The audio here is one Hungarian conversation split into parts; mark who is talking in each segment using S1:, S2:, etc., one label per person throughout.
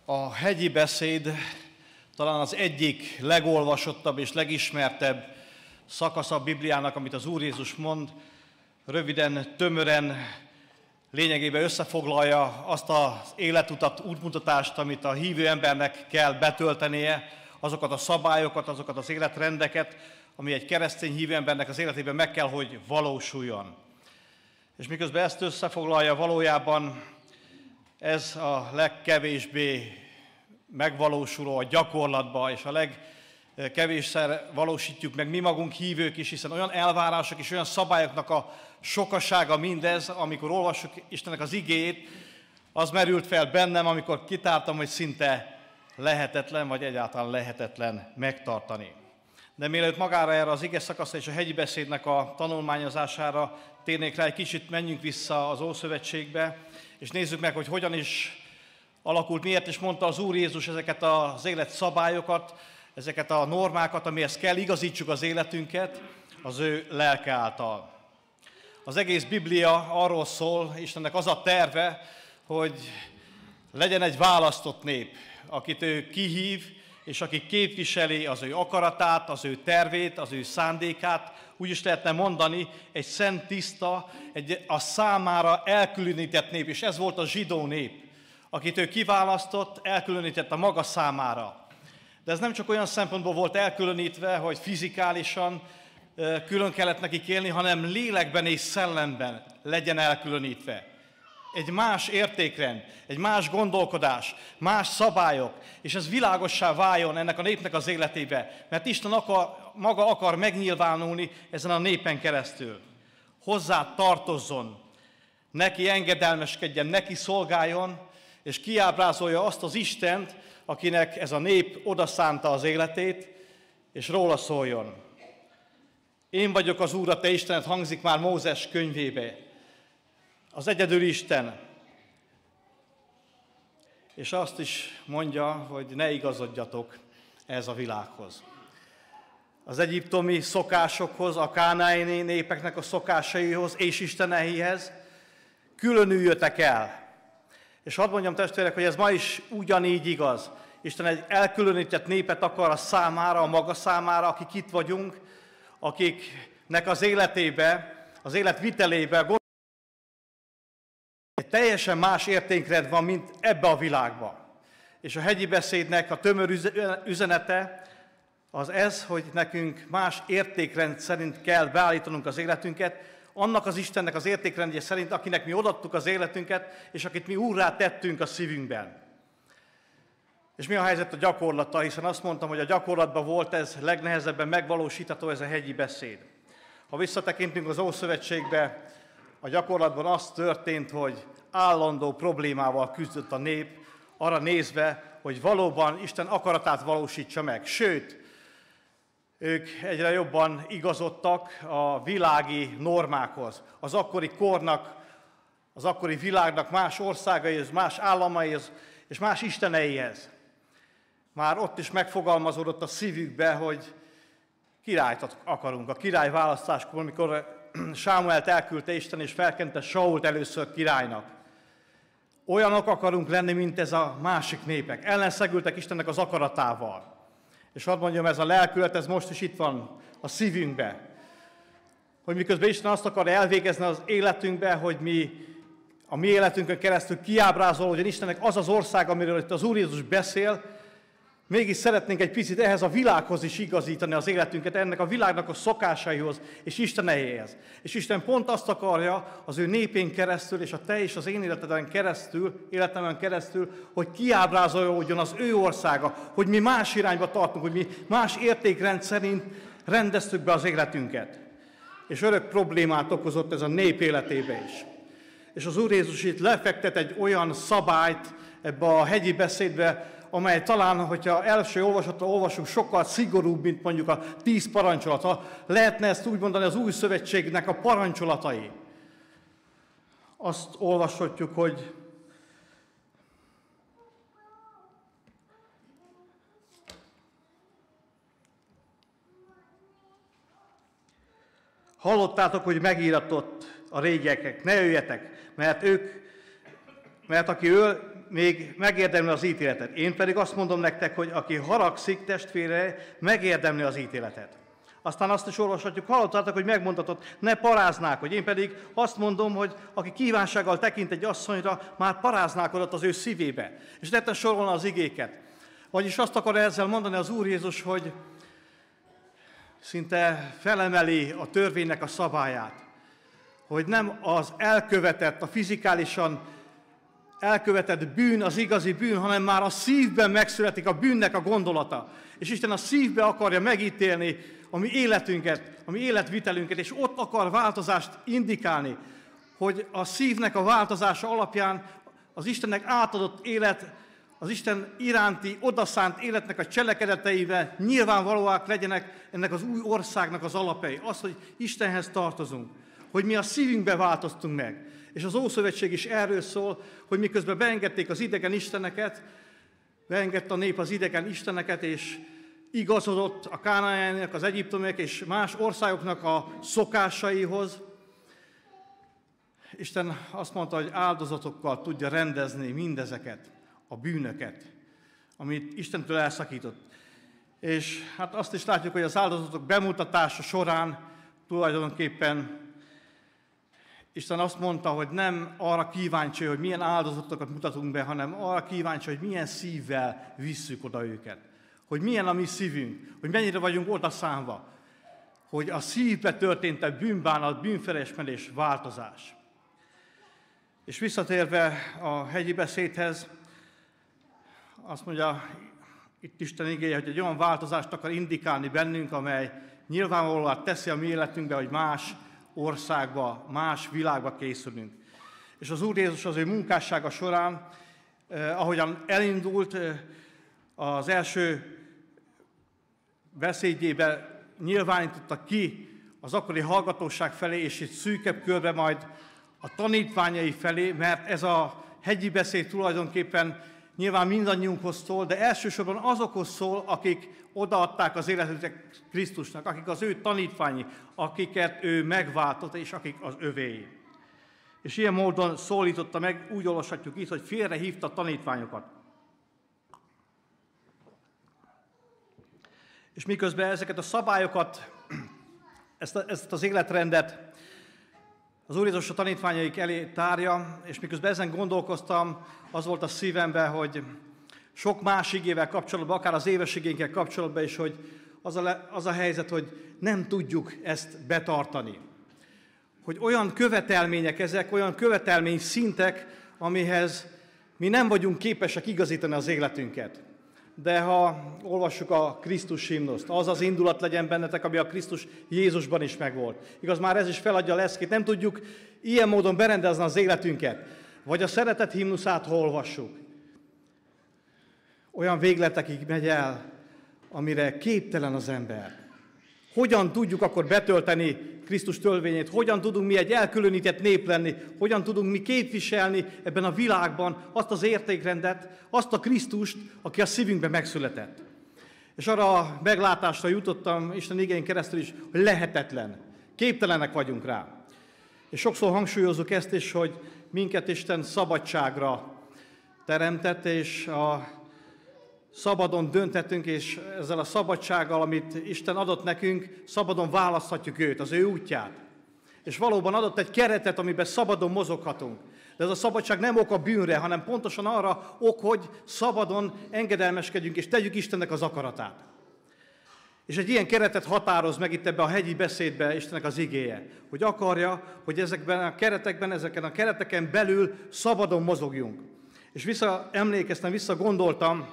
S1: A hegyi beszéd talán az egyik legolvasottabb és legismertebb szakasz a Bibliának, amit az Úr Jézus mond, röviden, tömören, lényegében összefoglalja azt az életutat, útmutatást, amit a hívő embernek kell betöltenie, azokat a szabályokat, azokat az életrendeket, ami egy keresztény hívő embernek az életében meg kell, hogy valósuljon. És miközben ezt összefoglalja, valójában ez a legkevésbé megvalósuló a gyakorlatban, és a legkevésszer valósítjuk meg mi magunk hívők is, hiszen olyan elvárások és olyan szabályoknak a sokasága mindez, amikor olvassuk Istennek az igéjét, az merült fel bennem, amikor kitártam, hogy szinte lehetetlen, vagy egyáltalán lehetetlen megtartani. De mielőtt magára erre az ige szakaszra és a hegyi beszédnek a tanulmányozására térnék rá, egy kicsit menjünk vissza az Ószövetségbe, és nézzük meg, hogy hogyan is alakult, miért is mondta az Úr Jézus ezeket az életszabályokat, ezeket a normákat, amihez kell igazítsuk az életünket az ő lelke által. Az egész Biblia arról szól, Istennek az a terve, hogy legyen egy választott nép, akit ő kihív, és aki képviseli az ő akaratát, az ő tervét, az ő szándékát, úgy is lehetne mondani, egy szent, tiszta, a számára elkülönített nép, és ez volt a zsidó nép, akit ő kiválasztott, elkülönített a maga számára. De ez nem csak olyan szempontból volt elkülönítve, hogy fizikálisan külön kellett nekik élni, hanem lélekben és szellemben legyen elkülönítve. Egy más értékrend, egy más gondolkodás, más szabályok, és ez világossá váljon ennek a népnek az életébe, mert Isten maga akar megnyilvánulni ezen a népen keresztül. Hozzá tartozzon, neki engedelmeskedjen, neki szolgáljon, és kiábrázolja azt az Istent, akinek ez a nép odaszánta az életét, és róla szóljon. Én vagyok az Úr, a te Istened, hangzik már Mózes könyvébe. Az egyedüli Isten. És azt is mondja, hogy ne igazodjatok ez a világhoz. Az egyiptomi szokásokhoz, a kánaáni népeknek a szokásaihoz és isteneihez különüljötek el. És hadd mondjam, testvérek, hogy ez ma is ugyanígy igaz. Isten egy elkülönített népet akar a számára, a maga számára, akik itt vagyunk, akiknek az életébe, az életvitelébe egy teljesen más értékrend van, mint ebbe a világban. És a hegyi beszédnek a tömör üzenete az ez, hogy nekünk más értékrend szerint kell beállítanunk az életünket, annak az Istennek az értékrendje szerint, akinek mi odaadtuk az életünket, és akit mi úrrá tettünk a szívünkben. És mi a helyzet a gyakorlattal, hiszen azt mondtam, hogy a gyakorlatban volt ez legnehezebben megvalósítható, ez a hegyi beszéd. Ha visszatekintünk az Ószövetségbe, a gyakorlatban az történt, hogy állandó problémával küzdött a nép, arra nézve, hogy valóban Isten akaratát valósítsa meg. Sőt, ők egyre jobban igazodtak a világi normákhoz, az akkori kornak, az akkori világnak más országaihoz, más államaihoz és más isteneihez. Már ott is megfogalmazódott a szívükbe, hogy királyt akarunk. A király választáskor, amikor Sámuelt elküldte Isten és felkente Sault először királynak. Olyanok akarunk lenni, mint ez a másik népek. Ellenszegültek Istennek az akaratával. És hadd mondjam, ez a lelkület, ez most is itt van a szívünkben. Hogy miközben Isten azt akar elvégezni az életünkbe, hogy a mi életünkön keresztül kiábrázolódjon Istennek az az ország, amiről itt az Úr Jézus beszél, mégis szeretnénk egy picit ehhez a világhoz is igazítani az életünket, ennek a világnak a szokásaihoz és Isteneihez. És Isten pont azt akarja az ő népén keresztül, és a te és az én életemen keresztül, hogy kiábrázolódjon az ő országa, hogy mi más irányba tartunk, hogy mi más értékrend szerint rendeztük be az életünket. És örök problémát okozott ez a nép életébe is. És az Úr Jézus itt lefektet egy olyan szabályt ebbe a hegyi beszédbe, amely talán, hogyha első olvasatra olvasunk, sokkal szigorúbb, mint mondjuk a 10 parancsolata. Lehetne ezt úgy mondani, az új szövetségnek a parancsolatai. Azt olvashatjuk, hogy hallottátok, hogy megíratott a régieknek, ne öljetek, mert aki öl, még megérdemli az ítéletet. Én pedig azt mondom nektek, hogy aki haragszik testvére, megérdemli az ítéletet. Aztán azt is olvashatjuk, hallottátok, hogy megmondatott, ne paráznák, én pedig azt mondom, hogy aki kívánsággal tekint egy asszonyra, már paráználkodott az ő szívébe. És lehetne sorolni az igéket. Vagyis azt akar ezzel mondani az Úr Jézus, hogy szinte felemeli a törvénynek a szabályát, hogy nem az elkövetett, a fizikálisan elkövetett bűn az igazi bűn, hanem már a szívben megszületik a bűnnek a gondolata. És Isten a szívbe akarja megítélni a mi életünket, a mi életvitelünket, és ott akar változást indikálni, hogy a szívnek a változása alapján az Istennek átadott élet, az Isten iránti odaszánt életnek a cselekedeteivel nyilvánvalóak legyenek ennek az új országnak az alapjai. Az, hogy Istenhez tartozunk, hogy mi a szívünkbe változtunk meg. És az Ószövetség is erről szól, hogy miközben beengedték az idegen isteneket, beengedte a nép az idegen isteneket, és igazodott a kánaániak, az egyiptomiak és más országoknak a szokásaihoz. Isten azt mondta, hogy áldozatokkal tudja rendezni mindezeket, a bűnöket, amit Istentől elszakított. És hát azt is látjuk, hogy az áldozatok bemutatása során tulajdonképpen Isten azt mondta, hogy nem arra kíváncsi, hogy milyen áldozatokat mutatunk be, hanem arra kíváncsi, hogy milyen szívvel visszük oda őket. Hogy milyen a mi szívünk, hogy mennyire vagyunk oda szánva, hogy a szívbe történt a bűnbánat, bűnfelismerés, változás. És visszatérve a hegyi beszédhez, azt mondja itt Isten igéje, hogy egy olyan változást akar indikálni bennünk, amely nyilvánvalóan teszi a mi életünkbe, hogy más országba, más világba készülünk. És az Úr Jézus az ő munkássága során, ahogyan elindult, az első beszédjébe nyilvánította ki az akkori hallgatóság felé, és itt szűkebb körbe majd a tanítványai felé, mert ez a hegyi beszéd tulajdonképpen nyilván mindannyiunkhoz szól, de elsősorban azokhoz szól, akik odaadták az életüket Krisztusnak, akik az ő tanítványi, akiket ő megváltott, és akik az övéi. És ilyen módon szólította meg, úgy olvashatjuk itt, hogy félrehívta a tanítványokat. És miközben ezeket a szabályokat, ezt az életrendet az Úr Jézus a tanítványaik elé tárja, és miközben ezen gondolkoztam, az volt a szívemben, hogy sok más igével kapcsolatban, akár az éves igénkkel kapcsolatban is, hogy az a helyzet, hogy nem tudjuk ezt betartani. Hogy olyan követelmények ezek, olyan követelmény szintek, amihez mi nem vagyunk képesek igazítani az életünket. De ha olvassuk a Krisztus himnuszt, az az indulat legyen bennetek, ami a Krisztus Jézusban is megvolt. Igaz, már ez is feladja a leszkét, nem tudjuk ilyen módon berendezni az életünket. Vagy a szeretet himnuszát, ha olvassuk. Olyan végletekig megy el, amire képtelen az ember. Hogyan tudjuk akkor betölteni Krisztus törvényét, hogyan tudunk mi egy elkülönített nép lenni, hogyan tudunk mi képviselni ebben a világban azt az értékrendet, azt a Krisztust, aki a szívünkben megszületett. És arra a meglátásra jutottam, Isten igény keresztül is, hogy lehetetlen, képtelenek vagyunk rá. És sokszor hangsúlyozzuk ezt is, hogy minket Isten szabadságra teremtett, és szabadon dönthetünk, és ezzel a szabadsággal, amit Isten adott nekünk, szabadon választhatjuk őt, az ő útját. És valóban adott egy keretet, amiben szabadon mozoghatunk. De ez a szabadság nem ok a bűnre, hanem pontosan arra ok, hogy szabadon engedelmeskedjünk, és tegyük Istennek az akaratát. És egy ilyen keretet határoz meg itt ebben a hegyi beszédben Istennek az igéje, hogy akarja, hogy ezeken a kereteken belül szabadon mozogjunk. És visszagondoltam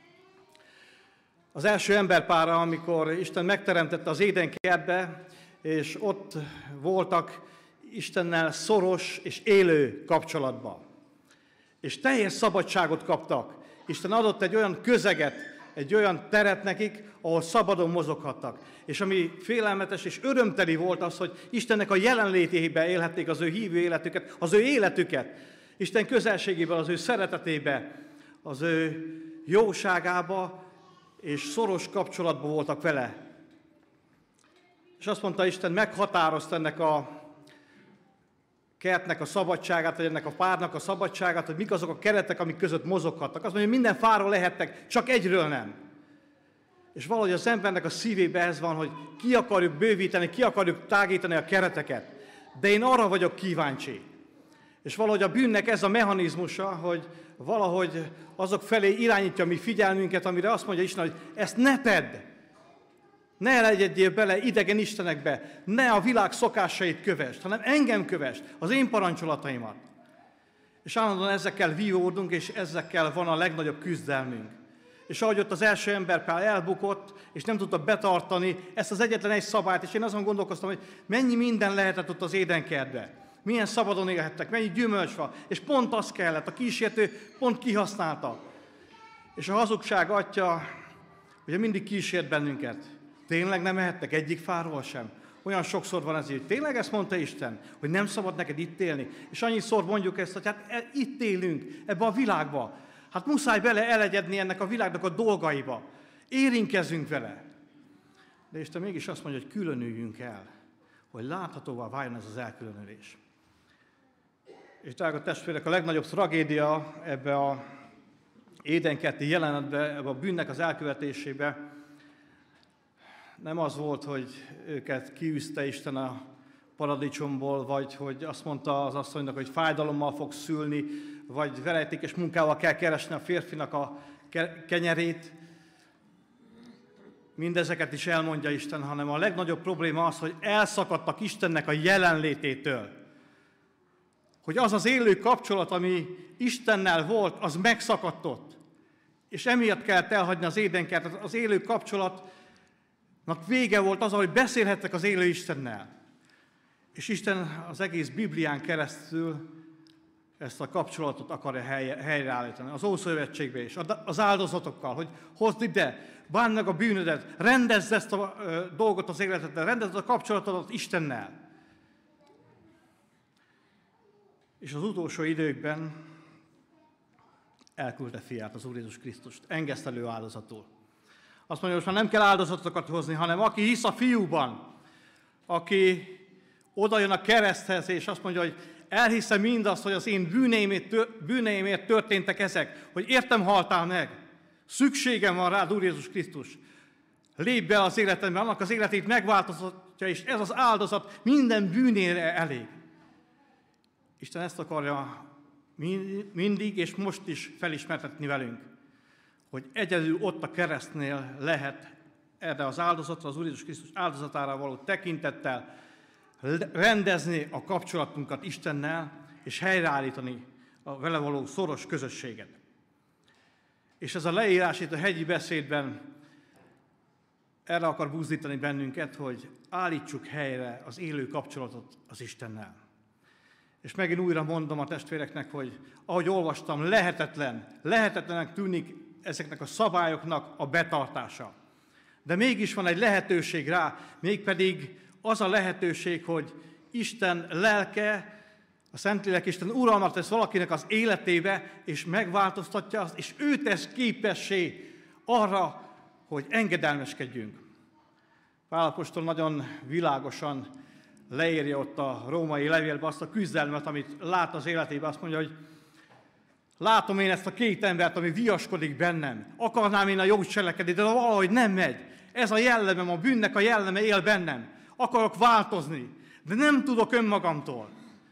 S1: az első emberpárra, amikor Isten megteremtette az Édenkertbe, és ott voltak Istennel szoros és élő kapcsolatban. És teljes szabadságot kaptak. Isten adott egy olyan közeget, egy olyan teret nekik, ahol szabadon mozoghattak. És ami félelmetes és örömteli volt az, hogy Istennek a jelenlétébe élhették az ő hívő életüket, az ő életüket. Isten közelségében, az ő szeretetébe, az ő jóságába, és szoros kapcsolatban voltak vele. És azt mondta Isten, meghatározta ennek a kertnek a szabadságát, vagy ennek a párnak a szabadságát, hogy mik azok a keretek, amik között mozoghatnak. Azt mondja, hogy minden fáról lehettek, csak egyről nem. És valahogy az embernek a szívébe ez van, hogy ki akarjuk bővíteni, ki akarjuk tágítani a kereteket. De én arra vagyok kíváncsi. És valahogy a bűnnek ez a mechanizmusa, hogy valahogy azok felé irányítja a mi figyelmünket, amire azt mondja Isten, hogy ezt ne tedd. Ne legyél bele idegen istenekbe, ne a világ szokásait kövesd, hanem engem kövesd, az én parancsolataimat. És állandóan ezekkel vívódunk, és ezekkel van a legnagyobb küzdelmünk. És ahogy ott az első ember Pál elbukott, és nem tudta betartani ezt az egyetlen egy szabályt, és én azon gondolkoztam, hogy mennyi minden lehetett ott az édenkertben. Milyen szabadon élhettek, mennyi gyümölcs van, és pont az kellett, a kísértő pont kihasználta. És a hazugság atya ugye mindig kísért bennünket. Tényleg nem ehettek egyik fáról sem? Olyan sokszor van ez így, tényleg ezt mondta Isten, hogy nem szabad neked itt élni. És annyiszor mondjuk ezt, hogy hát itt élünk, ebbe a világba. Hát muszáj bele elegyedni ennek a világnak a dolgaiba. Érinkezzünk vele. De Isten mégis azt mondja, hogy különüljünk el, hogy láthatóvá váljon ez az elkülönülés. És drága testvérek, a legnagyobb tragédia ebbe a édenkerti jelenetbe, ebbe a bűnnek az elkövetésébe nem az volt, hogy őket kiűzte Isten a paradicsomból, vagy hogy azt mondta az asszonynak, hogy fájdalommal fog szülni, vagy verejtékes munkával kell keresni a férfinak a kenyerét. Mindezeket is elmondja Isten, hanem a legnagyobb probléma az, hogy elszakadtak Istennek a jelenlététől. Hogy az az élő kapcsolat, ami Istennel volt, az megszakadt ott. És emiatt kellett elhagyni az édenkertet. Az élő kapcsolatnak vége volt az, hogy beszélhettek az élő Istennel. És Isten az egész Biblián keresztül ezt a kapcsolatot akarja helyreállítani. Az Ószövetségben is, az áldozatokkal, hogy hozd ide, bánd meg a bűnödet, rendezd ezt a dolgot az életedben, rendezd a kapcsolatodat Istennel. És az utolsó időkben elküldte fiát, az Úr Jézus Krisztust, engesztelő áldozatul. Azt mondja, hogy most már nem kell áldozatokat hozni, hanem aki hisz a fiúban, aki oda jön a kereszthez, és azt mondja, hogy elhiszem mindazt, hogy az én bűneimért történtek ezek, hogy értem haltál meg, szükségem van rád, Úr Jézus Krisztus. Lépj be az életembe, annak az életét megváltoztatja, és ez az áldozat minden bűnére elég. Isten ezt akarja mindig, és most is felismertetni velünk, hogy egyedül ott a keresztnél lehet erre az áldozatra, az Úr Jézus Krisztus áldozatára való tekintettel rendezni a kapcsolatunkat Istennel, és helyreállítani a vele való szoros közösséget. És ez a leírás itt a hegyi beszédben erre akar buzdítani bennünket, hogy állítsuk helyre az élő kapcsolatot az Istennel. És megint újra mondom a testvéreknek, hogy ahogy olvastam, lehetetlenek tűnik ezeknek a szabályoknak a betartása. De mégis van egy lehetőség rá, mégpedig az a lehetőség, hogy Isten lelke, a Szentlélek Isten uralmat tesz valakinek az életébe, és megváltoztatja azt, és ő tesz képessé arra, hogy engedelmeskedjünk. Pál apostol nagyon világosan leírja ott a római levélben azt a küzdelmet, amit lát az életében. Azt mondja, hogy látom én ezt a két embert, ami viaskodik bennem. Akarnám én a jót cselekedni, de valahogy nem megy. Ez a jellemem, a bűnnek a jelleme él bennem. Akarok változni, de nem tudok önmagamtól.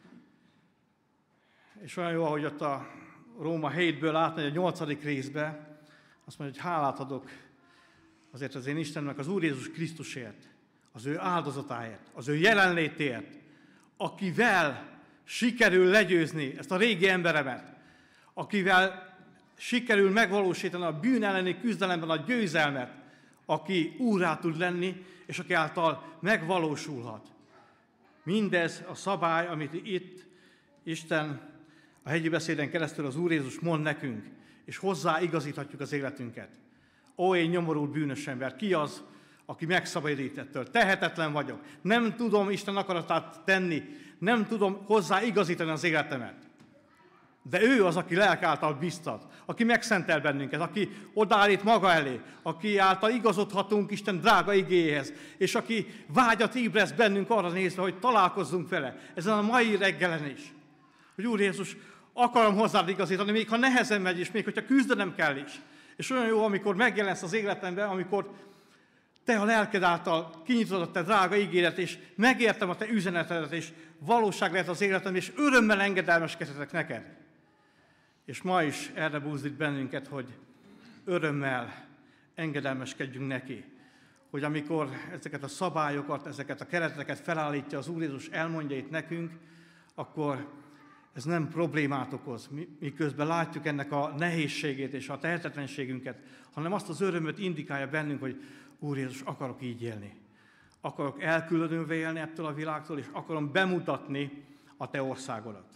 S1: És olyan jó, ahogy ott a Róma 7-ből átmegy a 8. részbe, azt mondja, hogy hálát adok azért az én Istennek, az Úr Jézus Krisztusért, az ő áldozatáért, az ő jelenlétért, akivel sikerül legyőzni ezt a régi emberemet, akivel sikerül megvalósítani a bűn elleni küzdelemben a győzelmet, aki úrrá tud lenni, és aki által megvalósulhat. Mindez a szabály, amit itt Isten a hegyi beszéden keresztül az Úr Jézus mond nekünk, és hozzáigazíthatjuk az életünket. Ó, én nyomorult bűnös ember, ki az, aki megszabadít ettől? Tehetetlen vagyok, nem tudom Isten akaratát tenni, nem tudom hozzáigazítani az életemet. De ő az, aki lelk által biztat, aki megszentel bennünket, aki odaállít maga elé, aki által igazodhatunk Isten drága igéhez, és aki vágyat ébreszt bennünk arra nézve, hogy találkozzunk vele ezen a mai reggelen is. Hogy Úr Jézus, akarom hozzád igazítani, még ha nehezen megy is, még hogyha küzdenem kell is. És olyan jó, amikor megjelensz az életemben, amikor te a lelked által kinyitod a te drága ígéret, és megértem a te üzenetedet, és valóság lehet az életem, és örömmel engedelmeskedhetek neked. És ma is erre buzdít bennünket, hogy örömmel engedelmeskedjünk neki. Hogy amikor ezeket a szabályokat, ezeket a kereteket felállítja az Úr Jézus, elmondja itt nekünk, akkor ez nem problémát okoz, miközben látjuk ennek a nehézségét és a tehetetlenségünket, hanem azt az örömöt indikálja bennünk, hogy Úr Jézus, akarok így élni. Akarok elkülönülve élni ettől a világtól, és akarom bemutatni a te országodat.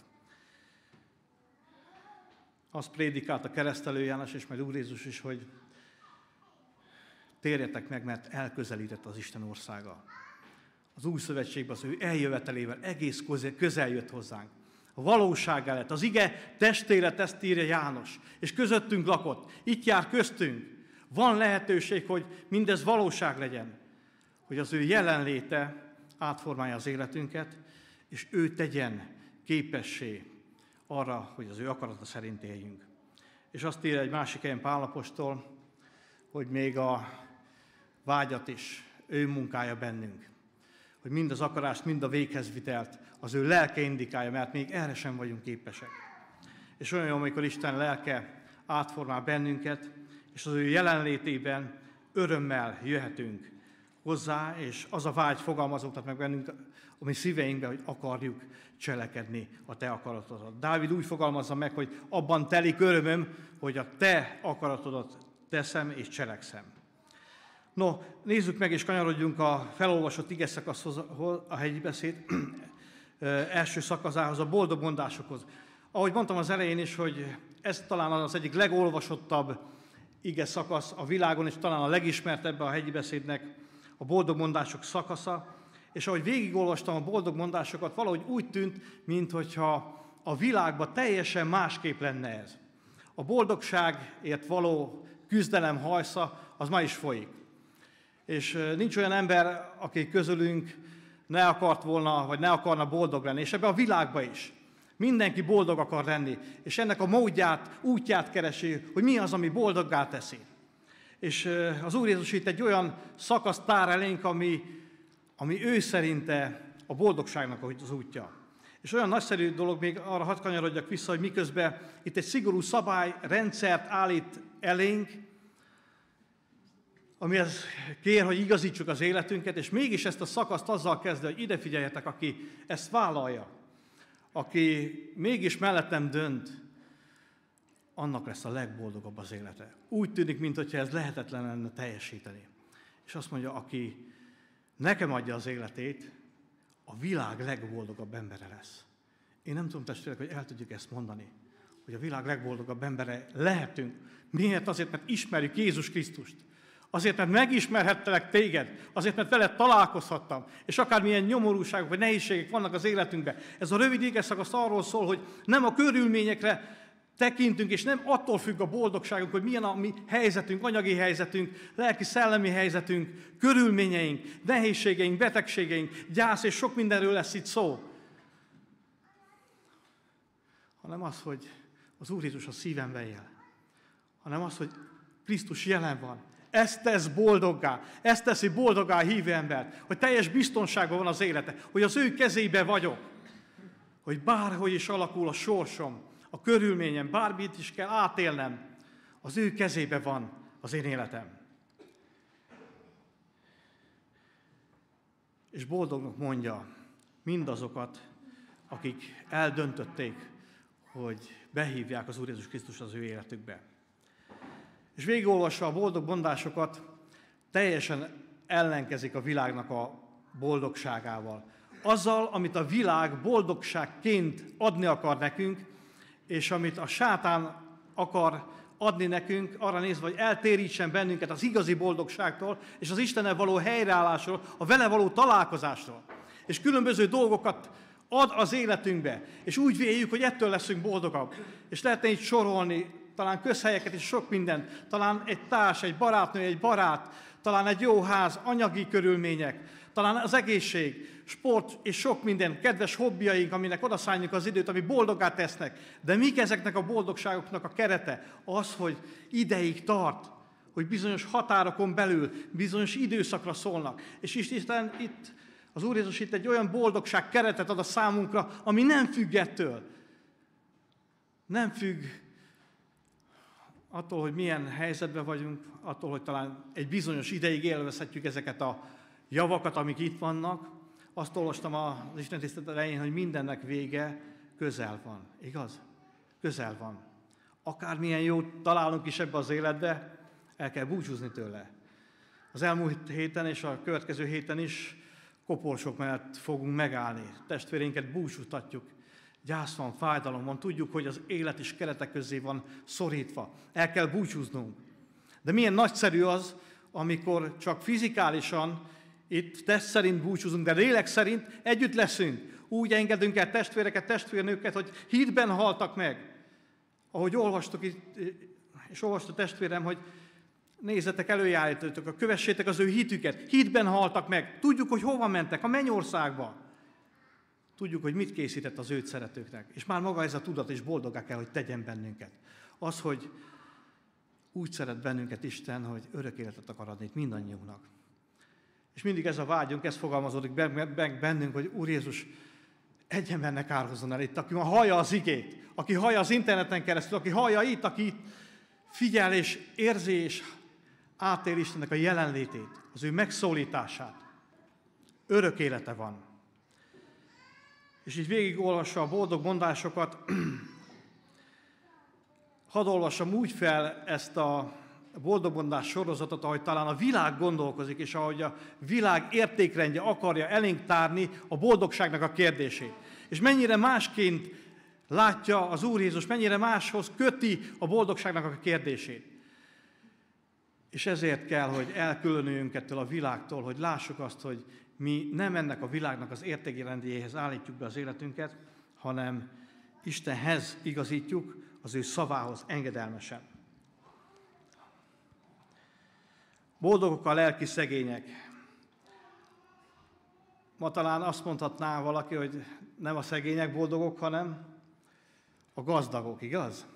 S1: Azt prédikált a keresztelő János, és majd Úr Jézus is, hogy térjetek meg, mert elközelített az Isten országa. Az új szövetségben az ő eljövetelével egész közel jött hozzánk. A valósággá lett. Az ige testé lett, ezt írja János, és közöttünk lakott. Itt jár köztünk. Van lehetőség, hogy mindez valóság legyen. Hogy az ő jelenléte átformálja az életünket, és ő tegyen képessé arra, hogy az ő akarata szerint éljünk. És azt írja egy másik helyen Pál apostol, hogy még a vágyat is ő munkálja bennünk. Hogy mind az akarást, mind a véghezvitelt az ő lelke indikálja, mert még erre sem vagyunk képesek. És olyan jó, amikor Isten lelke átformál bennünket, és az ő jelenlétében örömmel jöhetünk hozzá, és az a vágy fogalmazódhat meg bennünk a mi szíveinkben, hogy akarjuk cselekedni a te akaratodat. Dávid úgy fogalmazza meg, hogy abban telik örömöm, hogy a te akaratodat teszem és cselekszem. No, nézzük meg és kanyarodjunk a felolvasott igeszakaszhoz, a hegyi beszéd első szakaszához, a boldog mondásokhoz. Ahogy mondtam az elején is, hogy ez talán az egyik legolvasottabb ige szakasz a világon, és talán a legismertebb a hegyi beszédnek a boldog mondások szakasza. És ahogy végigolvastam a boldog mondásokat, valahogy úgy tűnt, minthogyha a világban teljesen másképp lenne ez. A boldogságért való küzdelem hajsza, az ma is folyik. És nincs olyan ember, aki közülünk ne akart volna, vagy ne akarna boldog lenni, és ebben a világban is. Mindenki boldog akar lenni, és ennek a módját, útját keresi, hogy mi az, ami boldoggá teszi. És az Úr Jézus itt egy olyan szakaszt tár elénk, ami ő szerinte a boldogságnak az útja. És olyan nagyszerű dolog, még arra hadd kanyarodjak vissza, hogy miközben itt egy szigorú szabályrendszert állít elénk, amihez kér, hogy igazítsuk az életünket, és mégis ezt a szakaszt azzal kezdve, hogy ide figyeljetek, aki ezt vállalja, aki mégis mellettem dönt, annak lesz a legboldogabb az élete. Úgy tűnik, mintha ez lehetetlen lenne teljesíteni. És azt mondja, aki nekem adja az életét, a világ legboldogabb embere lesz. Én nem tudom, testvérek, hogy el tudjuk ezt mondani, hogy a világ legboldogabb embere lehetünk. Miért? Azért, mert ismerjük Jézus Krisztust. Azért, mert megismerhettelek téged, azért, mert veled találkozhattam, és akármilyen nyomorúságok vagy nehézségek vannak az életünkben. Ez a rövid igeszakasz arról szól, hogy nem a körülményekre tekintünk, és nem attól függ a boldogságunk, hogy milyen a mi helyzetünk, anyagi helyzetünk, lelki-szellemi helyzetünk, körülményeink, nehézségeink, betegségeink, gyász, és sok mindenről lesz itt szó. Hanem az, hogy az Úr Jézus a szívemben él. Hanem az, hogy Krisztus jelen van. Ez tesz boldoggá, ez teszi boldoggá a hívő embert, hogy teljes biztonságban van az élete, hogy az ő kezébe vagyok, hogy bárhogy is alakul a sorsom, a körülményem, bármit is kell átélnem, az ő kezébe van az én életem. És boldognak mondja mindazokat, akik eldöntötték, hogy behívják az Úr Jézus Krisztust az ő életükbe. És végigolvasva a boldog mondásokat, teljesen ellenkezik a világnak a boldogságával. Azzal, amit a világ boldogságként adni akar nekünk, és amit a sátán akar adni nekünk, arra nézve, hogy eltérítsen bennünket az igazi boldogságtól, és az Istennel való helyreállásról, a vele való találkozásról. És különböző dolgokat Ad az életünkbe, és úgy véljük, hogy ettől leszünk boldogabb. És lehetne így sorolni, talán közhelyeket is, sok mindent, talán egy társ, egy barátnő, egy barát, talán egy jó ház, anyagi körülmények, talán az egészség, sport és sok minden, kedves hobbiaink, aminek odaszálljuk az időt, ami boldoggá tesznek. De mik ezeknek a boldogságoknak a kerete? Az, hogy ideig tart, hogy bizonyos határokon belül, bizonyos időszakra szólnak. És Isten itt, az Úr Jézus itt egy olyan boldogság keretet ad a számunkra, ami nem függ ettől. Nem függ attól, hogy milyen helyzetben vagyunk, attól, hogy talán egy bizonyos ideig élvezhetjük ezeket a javakat, amik itt vannak. Azt olvastam az Isten tisztelet elején, hogy mindennek vége közel van. Igaz? Közel van. Akármilyen jót találunk is ebbe az életbe, el kell búcsúzni tőle. Az elmúlt héten és a következő héten is koporsok mellett fogunk megállni. Testvérénket búcsúztatjuk. Gyász van, fájdalom van, tudjuk, hogy az élet is keretek közé van szorítva. El kell búcsúznunk. De milyen nagyszerű az, amikor csak fizikálisan, itt test szerint búcsúzunk, de lélek szerint együtt leszünk. Úgy engedünk el testvéreket, testvérnőket, hogy hitben haltak meg. Ahogy olvastuk itt, és olvasta testvérem, hogy nézzetek, előjállítottatok, kövessétek az ő hitüket. Hitben haltak meg. Tudjuk, hogy hova mentek, a mennyországba. Tudjuk, hogy mit készített az őt szeretőknek. És már maga ez a tudat is boldoggá kell, hogy tegyen bennünket. Az, hogy úgy szeret bennünket Isten, hogy örök életet akar adni mindannyiunknak. És mindig ez a vágyunk, ez fogalmazódik bennünk, hogy Úr Jézus, egy embernek árhozzon el itt, aki ma hallja az igét, aki hallja az interneten keresztül, aki hallja itt, aki figyel és érzi és átél Istennek a jelenlétét, az ő megszólítását. Örök élete van. És így végigolvassa a boldog mondásokat, hadd olvassam úgy fel ezt a boldogmondás sorozatot, ahogy talán a világ gondolkozik, és ahogy a világ értékrendje akarja elénk tárni a boldogságnak a kérdését. És mennyire másként látja az Úr Jézus, mennyire máshoz köti a boldogságnak a kérdését. És ezért kell, hogy elkülönüljünk ettől a világtól, hogy lássuk azt, hogy mi nem ennek a világnak az értékrendjéhez állítjuk be az életünket, hanem Istenhez igazítjuk, az ő szavához engedelmesen. Boldogok a lelki szegények. Ma talán azt mondhatná valaki, hogy nem a szegények boldogok, hanem a gazdagok, igaz?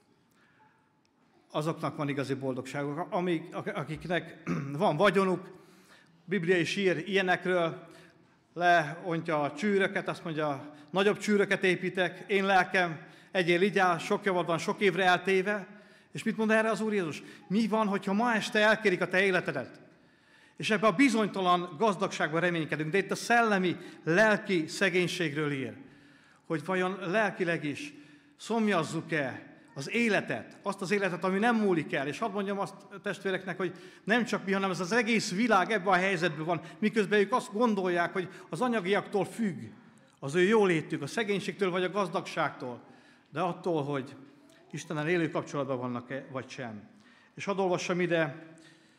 S1: Azoknak van igazi boldogságuk, akiknek van vagyonuk. A Biblia is ír ilyenekről, leontja a csűröket, azt mondja, nagyobb csűröket építek, én lelkem, egyél igyál, sok javad van, sok évre eltéve. És mit mond erre az Úr Jézus? Mi van, hogyha ma este elkérik a te életedet? És ebbe a bizonytalan gazdagságban reménykedünk, de itt a szellemi, lelki szegénységről ír, hogy vajon lelkileg is szomjazzuk-e az életet, azt az életet, ami nem múlik el. És hadd mondjam azt a testvéreknek, hogy nem csak mi, hanem ez az egész világ ebben a helyzetben van, miközben ők azt gondolják, hogy az anyagiaktól függ az ő jólétük, a szegénységtől vagy a gazdagságtól, de attól, hogy Istennel élő kapcsolatban vannak-e, vagy sem. És hadd olvassam ide,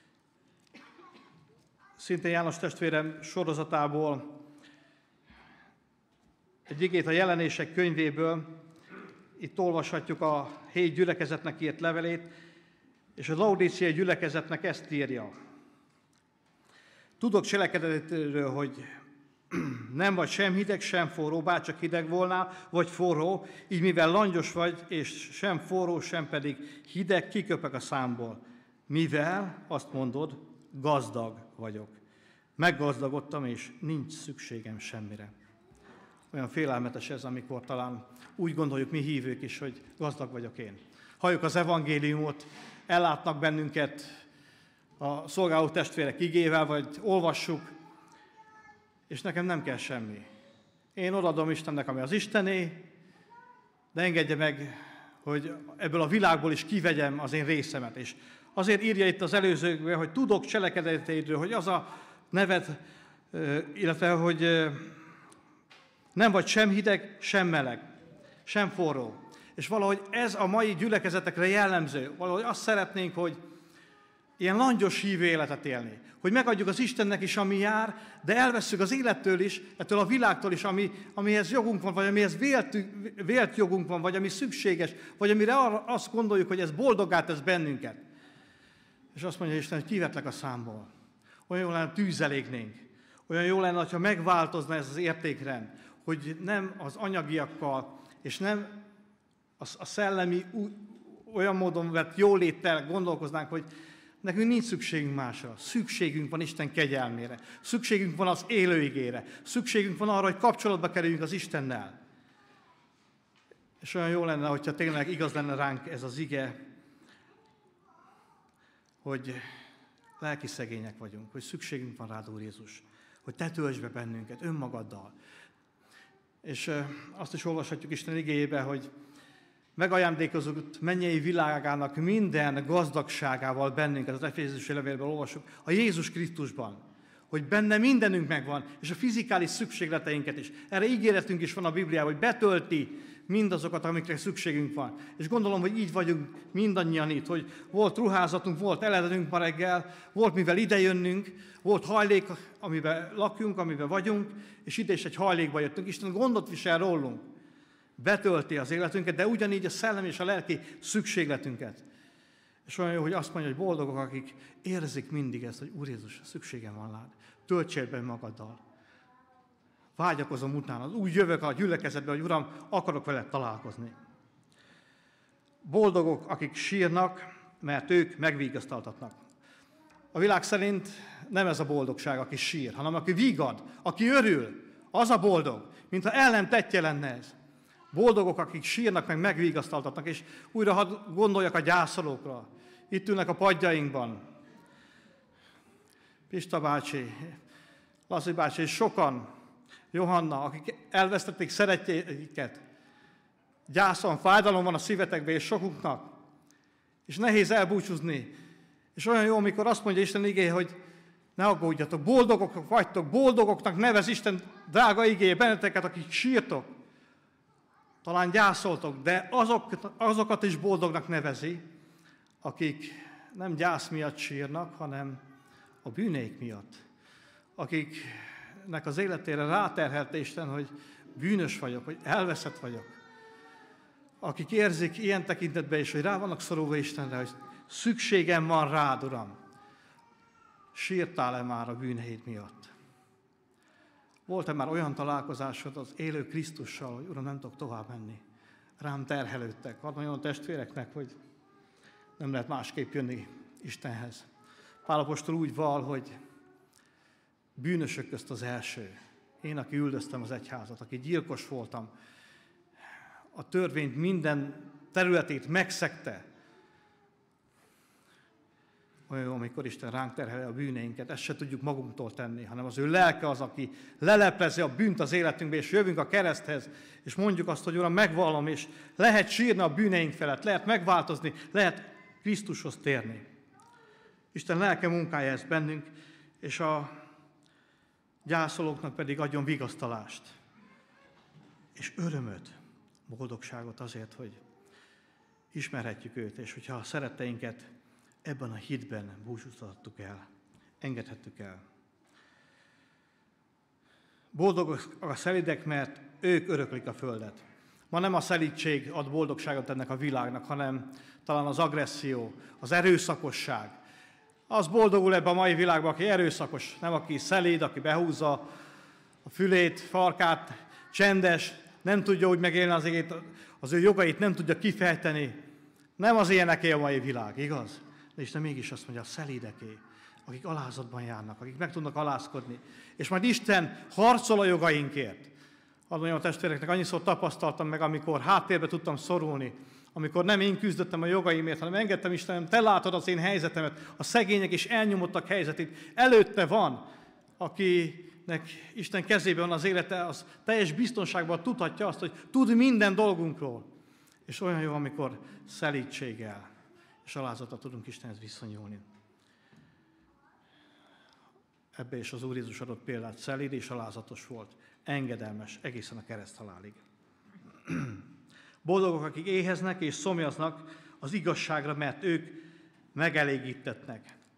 S1: szintén János testvérem sorozatából, egy igét a Jelenések könyvéből. Itt olvashatjuk a 7 gyülekezetnek írt levelét, és a laudíciai gyülekezetnek ezt írja. Tudok cselekedetről, hogy nem vagy sem hideg, sem forró, bárcsak hideg volnál, vagy forró, így mivel langyos vagy, és sem forró, sem pedig hideg, kiköpek a számból. Mivel, azt mondod, gazdag vagyok. Meggazdagodtam, és nincs szükségem semmire. Olyan félelmetes ez, amikor talán úgy gondoljuk mi hívők is, hogy gazdag vagyok én. Halljuk az evangéliumot, ellátnak bennünket a szolgáló testvérek igével, vagy olvassuk, és nekem nem kell semmi. Én odaadom Istennek, ami az Istené, de engedje meg, hogy ebből a világból is kivegyem az én részemet. És azért írja itt az előzőkben, hogy tudok cselekedeteidről, hogy az a neved, illetve, hogy nem vagy sem hideg, sem meleg, sem forró. És valahogy ez a mai gyülekezetekre jellemző. Valahogy azt szeretnénk, hogy ilyen langyos hívő életet élni. Hogy megadjuk az Istennek is, ami jár, de elvesszük az élettől is, ettől a világtól is, amihez jogunk van, vagy amihez vélt jogunk van, vagy ami szükséges, vagy amire azt gondoljuk, hogy ez boldoggá tesz bennünket. És azt mondja Isten, hogy kivetlek a számból. Olyan jó lenne, tűzzel égnénk. Olyan jó lenne, ha megváltozna ez az értékrend, hogy nem az anyagiakkal, és nem a szellemi olyan módon vett jóléttel gondolkoznánk, hogy nekünk nincs szükségünk másra. Szükségünk van Isten kegyelmére. Szükségünk van az élő igére. Szükségünk van arra, hogy kapcsolatba kerüljünk az Istennel. És olyan jó lenne, hogyha tényleg igaz lenne ránk ez az ige, hogy lelki szegények vagyunk, hogy szükségünk van rád, Úr Jézus, hogy te töltsd be bennünket önmagaddal. És azt is olvashatjuk Isten igéjében, hogy megajándékozott mennyei világának minden gazdagságával bennünket, az Efézusi levélben olvasjuk, a Jézus Krisztusban, hogy benne mindenünk megvan, és a fizikális szükségleteinket is. Erre ígéretünk is van a Bibliában, hogy betölti mindazokat, amikre szükségünk van. És gondolom, hogy így vagyunk mindannyian itt, hogy volt ruházatunk, volt eledetünk ma reggel, volt mivel idejönnünk, volt hajlék, amiben lakjunk, amiben vagyunk, és ide is egy hajlékba jöttünk. Isten gondot visel rólunk, betölti az életünket, de ugyanígy a szellemi és a lelki szükségletünket. És olyan jó, hogy azt mondja, hogy boldogok, akik érzik mindig ezt, hogy Úr Jézus, szükségem van rád, töltsél be magaddal. Vágyakozom utánad, úgy jövök a gyülekezetbe, hogy Uram, akarok veled találkozni. Boldogok, akik sírnak, mert ők megvigasztaltatnak. A világ szerint nem ez a boldogság, aki sír, hanem aki vigad, aki örül, az a boldog, mintha el nem tettje lenne ez. Boldogok, akik sírnak, meg megvigasztaltatnak, és újra hadd gondoljak a gyászolókra. Itt ülnek a padjainkban. Pista bácsi, Laci bácsi, és sokan, Johanna, akik elvesztették szeretteiket. Gyászon, fájdalom van a szívetekben, és sokunknak. És nehéz elbúcsúzni. És olyan jó, amikor azt mondja Isten igéje, hogy ne aggódjatok, boldogok vagytok, boldogoknak nevez Isten drága igéje benneteket, akik sírtok. Talán gyászoltok, de azokat is boldognak nevezi, akik nem gyász miatt sírnak, hanem a bűneik miatt. Akiknek az életére ráterhelte Isten, hogy bűnös vagyok, hogy elveszett vagyok. Akik érzik ilyen tekintetben is, hogy rá vannak szorulva Istenre, hogy szükségem van rád, Uram. Sírtál-e már a bűneid miatt? Volt-e már olyan találkozásod az élő Krisztussal, hogy Uram, nem tudok tovább menni? Rám terhelődtek. Hadd mondjam a testvéreknek, hogy nem lehet másképp jönni Istenhez. Pál apostol úgy val, hogy bűnösök közt az első. Én, aki üldöztem az egyházat, aki gyilkos voltam, a törvényt minden területét megszegte. Olyan jó, amikor Isten ránk terheli a bűneinket, ezt se tudjuk magunktól tenni, hanem az ő lelke az, aki leleplezi a bűnt az életünkbe, és jövünk a kereszthez, és mondjuk azt, hogy Uram, megvallom, és lehet sírni a bűneink felett, lehet megváltozni, lehet Krisztushoz térni. Isten lelke munkája ez bennünk, és a gyászolóknak pedig adjon vigasztalást, és örömöt, boldogságot azért, hogy ismerhetjük őt, és hogyha a szeretteinket ebben a hitben búcsúztattuk el, engedhettük el. Boldogok a szelídek, mert ők öröklik a földet. Ma nem a szelídség ad boldogságot ennek a világnak, hanem talán az agresszió, az erőszakosság. Az boldogul ebben a mai világban, aki erőszakos, nem aki szelíd, aki behúzza a fülét, farkát, csendes, nem tudja úgy megélni az égét, az ő jogait nem tudja kifejteni. Nem az ilyeneké a mai világ, igaz? De Isten mégis azt mondja, a szelídeké, akik alázatban járnak, akik meg tudnak alázkodni. És majd Isten harcol a jogainkért. Hadd mondjam a testvéreknek, annyiszor tapasztaltam meg, amikor háttérbe tudtam szorulni, amikor nem én küzdöttem a jogaimért, hanem engedtem Istenem, te látod az én helyzetemet, a szegények és elnyomottak helyzetét. Előtte van, akinek Isten kezében van az élete, az teljes biztonságban tudhatja azt, hogy tud minden dolgunkról. És olyan jó, amikor szelídséggel és alázattal tudunk Istenhez viszonyulni. Ebbe is az Úr Jézus adott példát, szelíd és alázatos volt, engedelmes egészen a kereszthalálig. Boldogok, akik éheznek és szomjaznak az igazságra, mert ők megelégítetnek.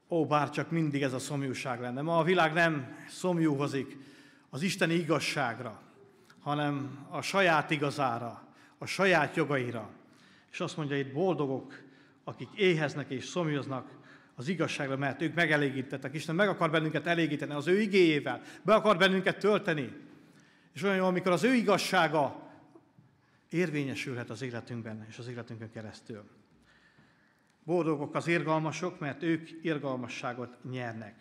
S1: Ó, bárcsak mindig ez a szomjúság lenne. Ma a világ nem szomjúhozik az isteni igazságra, hanem a saját igazára, a saját jogaira. És azt mondja itt, boldogok, akik éheznek és szomjaznak az igazságra, mert ők megelégítettek. Isten meg akar bennünket elégíteni az ő igéjével, be akar bennünket tölteni. És olyan jó, amikor az ő igazsága érvényesülhet az életünkben és az életünkön keresztül. Boldogok az irgalmasok, mert ők irgalmasságot nyernek.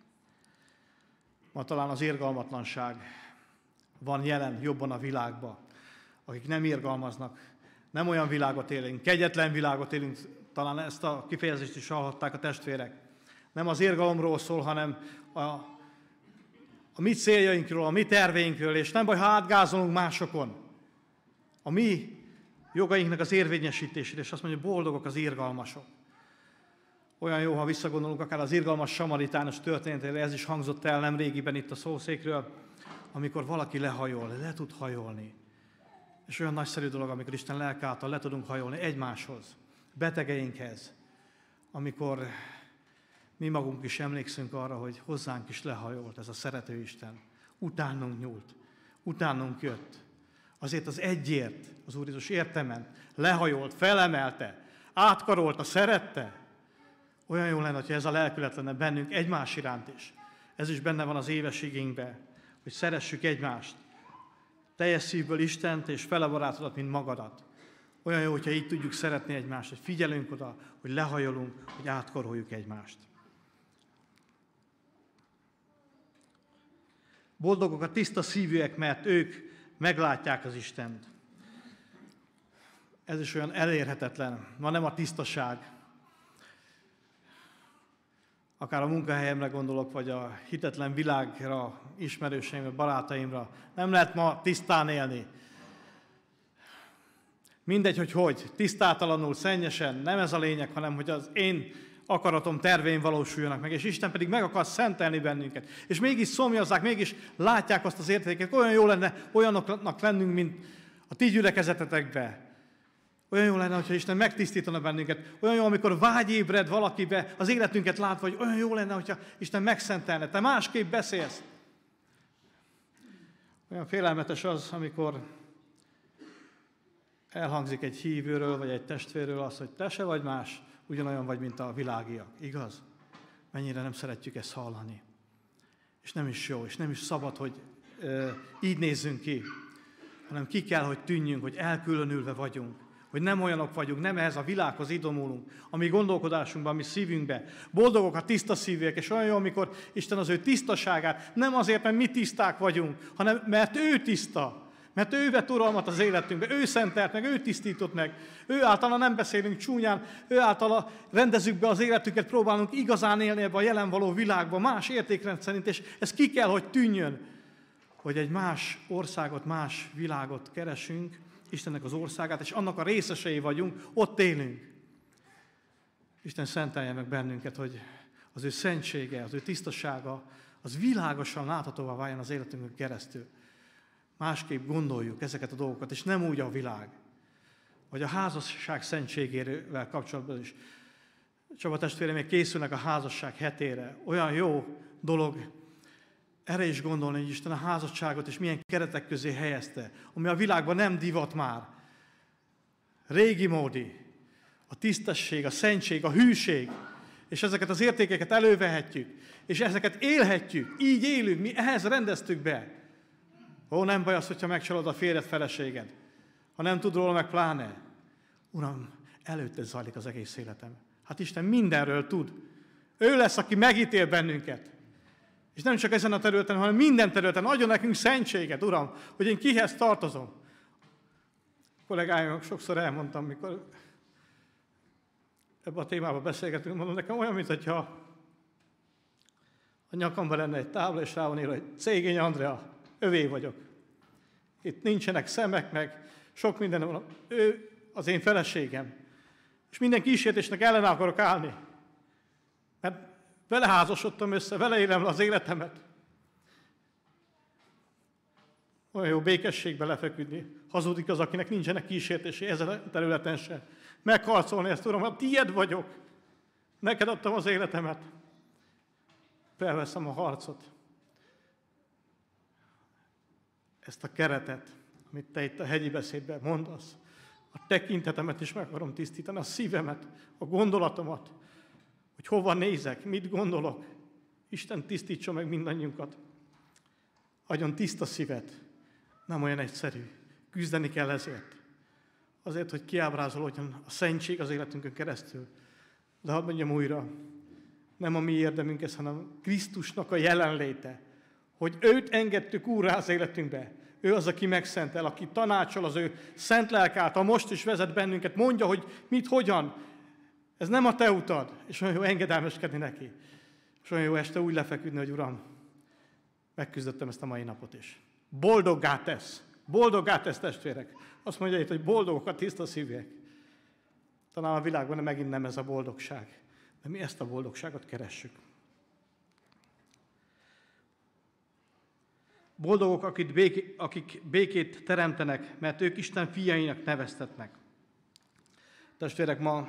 S1: Ma talán az irgalmatlanság van jelen jobban a világban. Akik nem irgalmaznak, nem olyan világot élünk, kegyetlen világot élünk, talán ezt a kifejezést is hallhatták a testvérek. Nem az irgalomról szól, hanem a mi céljainkról, a mi terveinkről, és nem baj, ha átgázolunk másokon. A mi jogainknak az érvényesítésére, és azt mondja, boldogok az irgalmasok. Olyan jó, ha visszagondolunk akár az irgalmas samaritános történetére, ez is hangzott el nemrégiben itt a szószékről, amikor valaki lehajol, le tud hajolni. És olyan nagyszerű dolog, amikor Isten lelke által le tudunk hajolni egymáshoz, betegeinkhez, amikor mi magunk is emlékszünk arra, hogy hozzánk is lehajolt ez a szerető Isten. Utánunk nyúlt, utánunk jött. Azért az egyért az Úr Jézus értement, lehajolt, felemelte, átkarolta, szerette. Olyan jó lenne, hogyha ez a lelkület lenne bennünk egymás iránt is. Ez is benne van az éves igényben, hogy szeressük egymást. Teljes szívből Istent és fele barátodat, mint magadat. Olyan jó, hogyha így tudjuk szeretni egymást, hogy figyelünk oda, hogy lehajolunk, hogy átkaroljuk egymást. Boldogok a tiszta szívűek, mert ők meglátják az Istent. Ez is olyan elérhetetlen. Ma nem a tisztaság. Akár a munkahelyemre gondolok, vagy a hitetlen világra, ismerőseimre, barátaimra. Nem lehet ma tisztán élni. Mindegy, hogy tisztátalanul, szennyesen, nem ez a lényeg, hanem hogy az én akaratom, terveim valósuljanak meg, és Isten pedig meg akar szentelni bennünket. És mégis szomjazzák, mégis látják azt az értéket. Olyan jó lenne olyanoknak lennünk, mint a ti gyülekezetetekbe. Olyan jó lenne, hogyha Isten megtisztítana bennünket. Olyan jó, amikor vágy ébred valakibe, az életünket látva, hogy olyan jó lenne, hogyha Isten megszentelne. Te másképp beszélsz. Olyan félelmetes az, amikor elhangzik egy hívőről, vagy egy testvérről az, hogy te se vagy más, ugyanolyan vagy, mint a világiak. Igaz? Mennyire nem szeretjük ezt hallani. És nem is jó, és nem is szabad, hogy így nézzünk ki, hanem ki kell, hogy tűnjünk, hogy elkülönülve vagyunk. Hogy nem olyanok vagyunk, nem ehhez a világhoz idomulunk, a mi gondolkodásunkban, a mi szívünkben. Boldogok a tiszta szívűek, és olyan jó, amikor Isten az ő tisztaságát, nem azért, mert mi tiszták vagyunk, hanem mert ő tiszta. Mert ő vett uralmat az életünkbe, ő szentelt meg, ő tisztított meg. Ő általa nem beszélünk csúnyán, ő általa rendezzük be az életünket, próbálunk igazán élni ebbe a jelen való világban, más értékrend szerint, és ez ki kell, hogy tűnjön, hogy egy más országot, más világot keresünk, Istennek az országát, és annak a részesei vagyunk, ott élünk. Isten szentelje meg bennünket, hogy az ő szentsége, az ő tisztasága, az világosan láthatóvá váljon az életünkön keresztül. Másképp gondoljuk ezeket a dolgokat, és nem úgy a világ. Vagy a házasság szentségével kapcsolatban is. Csaba testvérem, még készülnek a házasság hetére. Olyan jó dolog erre is gondolni, hogy Isten a házasságot és milyen keretek közé helyezte, ami a világban nem divat már. Régi módi, a tisztasség, a szentség, a hűség, és ezeket az értékeket elővehetjük, és ezeket élhetjük, így élünk, mi ehhez rendeztük be. Ó, nem baj az, hogyha megcsalod a férjed, feleséged, ha nem tud róla, meg pláne. Uram, előtte zajlik az egész életem. Hát Isten mindenről tud. Ő lesz, aki megítél bennünket. És nem csak ezen a területen, hanem minden területen adjon nekünk szentséget, Uram, hogy én kihez tartozom. A kollégáimnak sokszor elmondtam, mikor ebben a témában beszélgetünk, mondom, nekem olyan, mintha a nyakamban lenne egy tábla, és rá van írva, hogy Cégény Andrea, övé vagyok. Itt nincsenek szemek, meg sok minden van. Ő az én feleségem. És minden kísértésnek ellen akarok állni. Mert vele házasodtam össze, vele élem le az életemet. Olyan jó békességbe lefeküdni. Hazudik az, akinek nincsenek kísértései ezen a területen sem. Megharcolni ezt, Uram, hát tied vagyok. Neked adtam az életemet.
S2: felveszem a harcot, ezt a keretet, amit te itt a hegyi beszédben mondasz, a tekintetemet is meg akarom tisztítani, a szívemet, a gondolatomat, hogy hova nézek, mit gondolok. Isten tisztítsa meg mindannyiunkat. Adjon tiszta szívet, nem olyan egyszerű. Küzdeni kell ezért. Azért, hogy kiábrázolódjon a szentség az életünkön keresztül. De hadd mondjam újra, nem a mi érdemünk ez, hanem Krisztusnak a jelenléte. Hogy őt engedtük úrrá az életünkbe. Ő az, aki megszentel, aki tanácsol, az ő szent lelke által most is vezet bennünket. Mondja, hogy mit, hogyan. Ez nem a te utad. És olyan jó engedelmeskedni neki. És olyan jó este úgy lefeküdni, hogy Uram, megküzdöttem ezt a mai napot is. Boldoggá tesz. Boldoggá tesz, testvérek. Azt mondja itt, hogy boldogok a tiszta szívűek. Talán a világban megint nem ez a boldogság. De mi ezt a boldogságot keressük. Boldogok, akik békét teremtenek, mert ők Isten fiainak neveztetnek. Testvérek, ma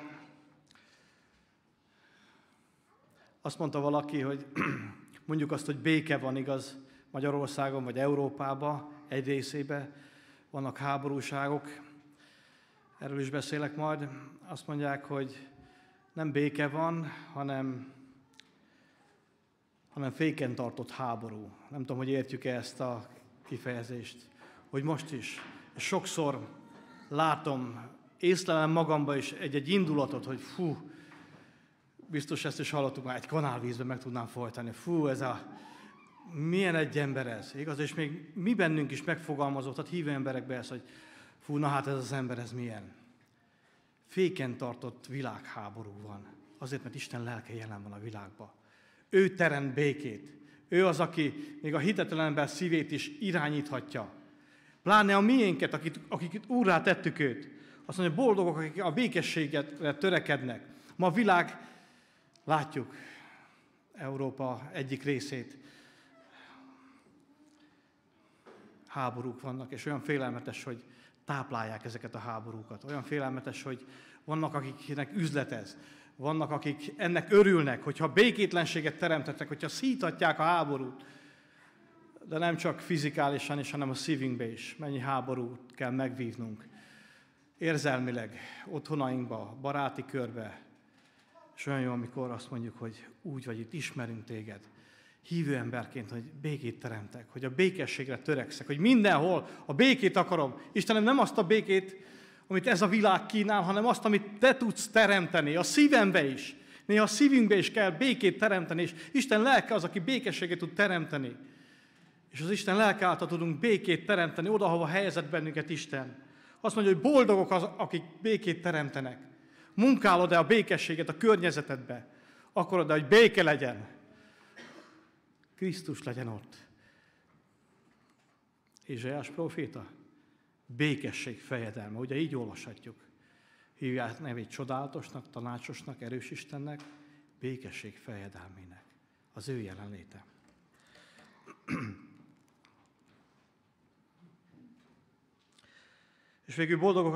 S2: azt mondta valaki, hogy mondjuk azt, hogy béke van, igaz, Magyarországon vagy Európában, egy részében vannak háborúságok. Erről is beszélek majd. Azt mondják, hogy nem béke van, hanem féken tartott háború. Nem tudom, hogy értjük-e ezt a kifejezést. Hogy most is. És sokszor látom, észlelem magamban is egy indulatot, hogy biztos ezt is hallottuk már, egy kanálvízben meg tudnám folytani. Milyen egy ember ez, igaz? És még mi bennünk is megfogalmazott, tehát hívő emberekbe ez, hogy na hát ez az ember, ez milyen. Féken tartott világháború van. Azért, mert Isten lelke jelen van a világban. Ő teremt békét. Ő az, aki még a hitetlen ember szívét is irányíthatja. Pláne a miénket, akik úrrá tettük őt. Azt mondja, boldogok, akik a békességet törekednek. Ma a világ, látjuk Európa egyik részét, háborúk vannak, és olyan félelmetes, hogy táplálják ezeket a háborúkat. Olyan félelmetes, hogy vannak, akiknek üzletez. Vannak, akik ennek örülnek, hogyha békétlenséget teremtettek, hogyha szíthatják a háborút. De nem csak fizikálisan is, hanem a szívünkbe is. Mennyi háborút kell megvívnunk. Érzelmileg, otthonainkba, baráti körbe. És olyan jó, amikor azt mondjuk, hogy úgy vagy itt, ismerünk téged. Hívő emberként, hogy békét teremtek, hogy a békességre törekszek, hogy mindenhol a békét akarom. Istenem, nem azt a békét, amit ez a világ kínál, hanem azt, amit te tudsz teremteni, a szívembe is. Néha a szívünkbe is kell békét teremteni, és Isten lelke az, aki békességet tud teremteni. És az Isten lelke által tudunk békét teremteni, oda, hova helyezett bennünket Isten. Azt mondja, hogy boldogok az, akik békét teremtenek. Munkálod-e a békességet a környezetedbe? Akarod-e, hogy béke legyen? Krisztus legyen ott. Ézsaiás próféta, békesség fejedelme. Ugye így olvashatjuk. Hívják nevét csodálatosnak, tanácsosnak, erős Istennek, békesség fejedelmének. Az ő jelenléte. És végül boldogok,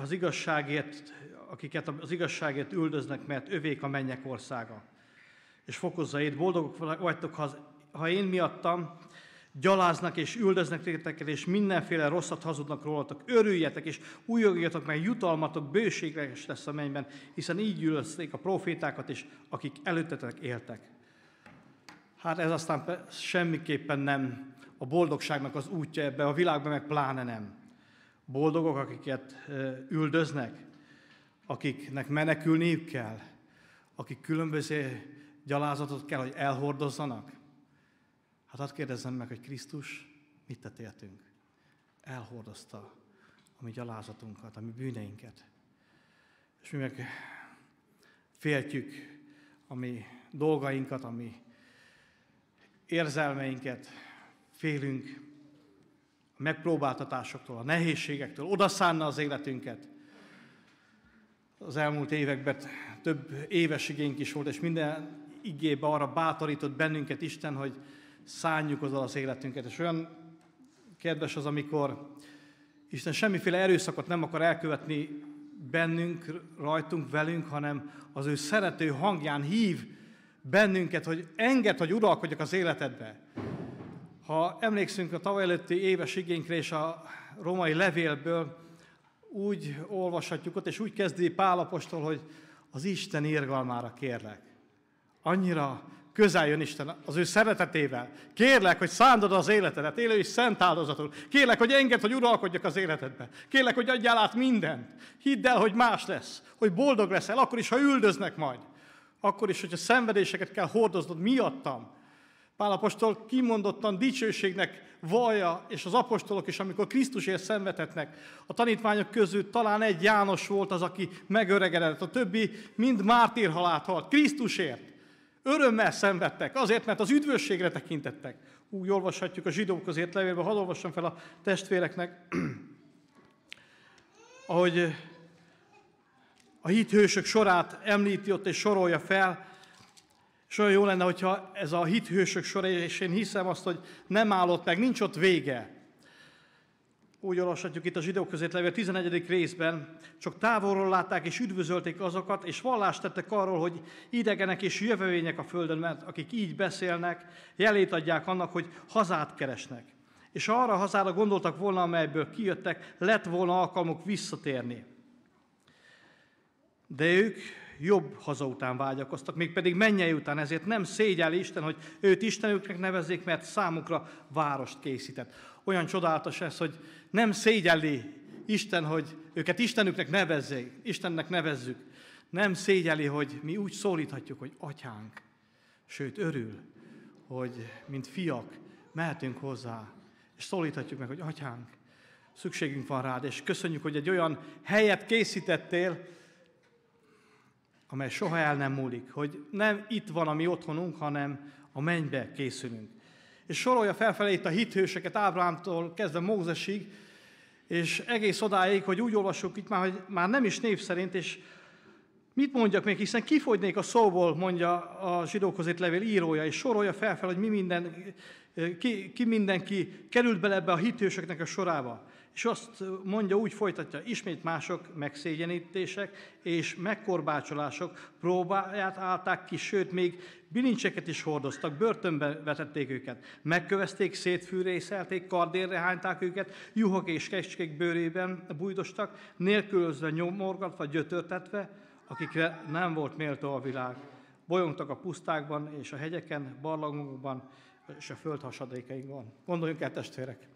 S2: akiket az igazságért üldöznek, mert övék a mennyek országa. És fokozza ét, boldogok vagytok, ha én miattam gyaláznak és üldöznek titeket, és mindenféle rosszat hazudnak rólatok. Örüljetek, és újjongjatok, mert jutalmatok bőséges lesz a mennyben, hiszen így üldözték a profétákat is, akik előttetek éltek. Hát ez aztán semmiképpen nem a boldogságnak az útja ebbe a világban, meg pláne nem. Boldogok, akiket üldöznek, akiknek menekülniük kell, akik különböző gyalázatot kell, hogy elhordozzanak. Hát azt kérdezzem meg, hogy Krisztus mit tett értünk? Elhordozta a mi gyalázatunkat, a mi bűneinket. És mi meg féltjük a mi dolgainkat, a mi érzelmeinket, félünk a megpróbáltatásoktól, a nehézségektől, odaszánna az életünket. Az elmúlt években több éves igénk is volt, és minden igébe arra bátorított bennünket Isten, hogy szánjuk oda az életünket. És olyan kedves az, amikor Isten semmiféle erőszakot nem akar elkövetni bennünk, rajtunk, velünk, hanem az ő szerető hangján hív bennünket, hogy engedd, hogy uralkodjak az életedbe. Ha emlékszünk a tavaly előtti éves igénykre és a római levélből, úgy olvashatjuk ott, és úgy kezdi Pál apostol, hogy az Isten irgalmára kérlek. Annyira közel jön Isten az ő szeretetével. Kérlek, hogy szánd oda az életedet, élő és szent áldozatul. Kérlek, hogy engedd, hogy uralkodjak az életedbe. Kérlek, hogy adjál át mindent. Hidd el, hogy más lesz, hogy boldog leszel, akkor is, ha üldöznek majd. Akkor is, hogyha szenvedéseket kell hordoznod miattam. Pál apostol kimondottan dicsőségnek vallja, és az apostolok is, amikor Krisztusért szenvedhetnek. A tanítványok közül talán egy János volt az, aki megöregedett, a többi mind mártírhalált halt. Krisztusért örömmel szenvedtek, azért, mert az üdvösségre tekintettek. Úgy olvashatjuk a zsidókhoz írt levélben, hadd olvassam fel a testvéreknek, ahogy a hithősök sorát említi ott és sorolja fel, és olyan jó lenne, hogyha ez a hithősök sora, és én hiszem azt, hogy nem állott meg, nincs ott vége. Úgy olvashatjuk itt a zsidókhoz írt levél 11. részben, csak távolról látták és üdvözölték azokat, és vallást tettek arról, hogy idegenek és jövevények a földön, mert akik így beszélnek, jelét adják annak, hogy hazát keresnek. És ha arra a hazára gondoltak volna, amelyből kijöttek, lett volna alkalmuk visszatérni. De ők jobb haza után vágyakoztak, mégpedig mennyei után, ezért nem szégyelli Isten, hogy őt Istenüknek nevezzék, mert számukra várost készített. Olyan csodálatos ez, hogy nem szégyelli Isten, hogy őket Istenüknek nevezzék, Istennek nevezzük. Nem szégyelli, hogy mi úgy szólíthatjuk, hogy atyánk. Sőt, örül, hogy mint fiak mehetünk hozzá, és szólíthatjuk meg, hogy atyánk, szükségünk van rád, és köszönjük, hogy egy olyan helyet készítettél, amely soha el nem múlik, hogy nem itt van a mi otthonunk, hanem a mennybe készülünk. És sorolja felfelé itt a hithőseket Ábrahámtól kezdve Mózesig, és egész odáig, hogy úgy olvassuk itt már, hogy már nem is név szerint, és mit mondjak még, hiszen kifogynék a szóból, mondja a zsidókhoz írt levél írója, és sorolja felfel, hogy ki mindenki került bele ebbe a hithősöknek a sorába. És azt mondja, úgy folytatja, ismét mások megszégyenítések és megkorbácsolások próbáját állták ki, sőt, még bilincseket is hordoztak, börtönbe vetették őket, megkövezték, szétfűrészelték, kardérre hányták őket, juhok és kecskék bőrében bújdostak, nélkülözve, nyomorgatva, gyötörtetve, akikre nem volt méltó a világ. Bolyongtak a pusztákban és a hegyeken, barlangokban és a föld hasadékainkban. Gondoljunk el, testvérek!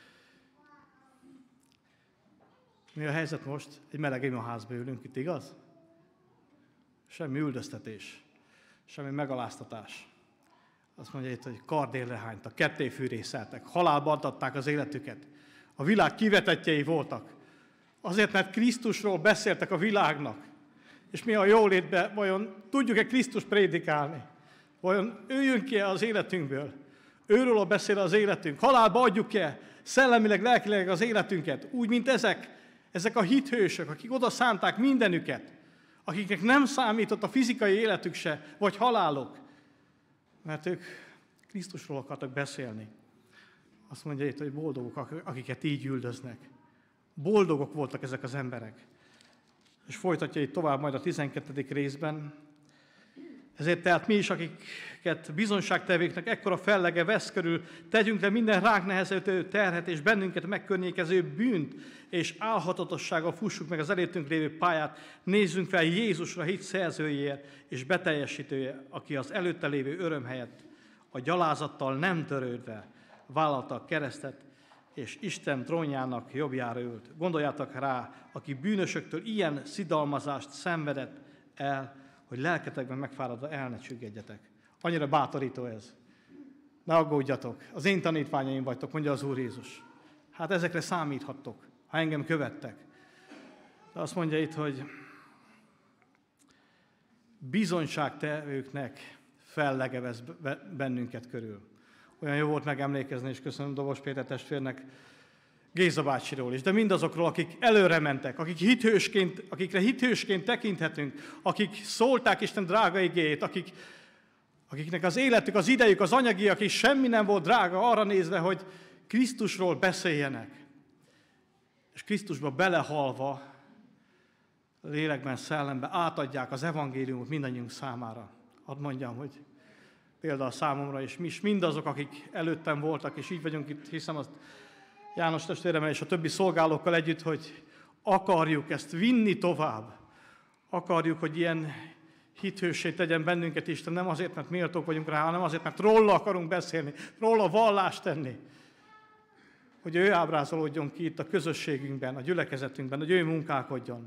S2: Mi a helyzet most? Egy meleg imaházba ülünk itt, igaz? Semmi üldöztetés, semmi megaláztatás. Azt mondja itt, hogy kardérre hánytak, kettéfűrészeltek, halálba adták az életüket. A világ kivetettjei voltak. Azért, mert Krisztusról beszéltek a világnak. És mi a jólétben, vajon tudjuk-e Krisztust prédikálni? Vajon ő jön ki az életünkből? Őről beszél az életünk. Halálba adjuk-e szellemileg, lelkileg az életünket? Úgy, mint ezek a hithősök, akik oda szánták mindenüket, akiknek nem számított a fizikai életük se, vagy halálok, mert ők Krisztusról akartak beszélni. Azt mondja itt, hogy boldogok, akiket így üldöznek. Boldogok voltak ezek az emberek. És folytatja itt tovább majd a 12. részben. Ezért tehát mi is, akiket bizonyságtevéknek ekkora fellege vesz körül, tegyünk le minden ránk nehezedő terhet, és bennünket megkörnyékező bűnt, és álhatatossággal fussuk meg az előttünk lévő pályát, nézzünk fel Jézusra, hit szerzőjéért és beteljesítője, aki az előtte lévő öröm helyett a gyalázattal nem törődve vállalta a keresztet, és Isten trónjának jobbjára ült. Gondoljátok rá, aki bűnösöktől ilyen szidalmazást szenvedett el, hogy lelketekben megfáradva el ne csüggedjetek. Annyira bátorító ez. Ne aggódjatok, az én tanítványaim vagytok, mondja az Úr Jézus. Hát ezekre számíthattok, ha engem követtek. De azt mondja itt, hogy bizonyságtevőknek fellege vesz bennünket körül. Olyan jó volt megemlékezni, és köszönöm Dobos Péter testvérnek, Géza bácsiról is, de mindazokról, akik előre mentek, akikre hithősként tekinthetünk, akik szólták Isten drága igéjét, akiknek az életük, az idejük, az anyagiak is semmi nem volt drága arra nézve, hogy Krisztusról beszéljenek. És Krisztusba belehalva, lélekben, szellemben átadják az evangéliumot mindannyiunk számára. hadd mondjam, hogy példa a számomra, és mi is mindazok, akik előttem voltak, és így vagyunk itt, hiszem azt János testvéremmel és a többi szolgálókkal együtt, hogy akarjuk ezt vinni tovább. Akarjuk, hogy ilyen hithőssé tegyen bennünket Isten, nem azért, mert méltók vagyunk rá, hanem azért, mert róla akarunk beszélni, róla vallást tenni. Hogy ő ábrázolódjon ki itt a közösségünkben, a gyülekezetünkben, hogy ő munkálkodjon.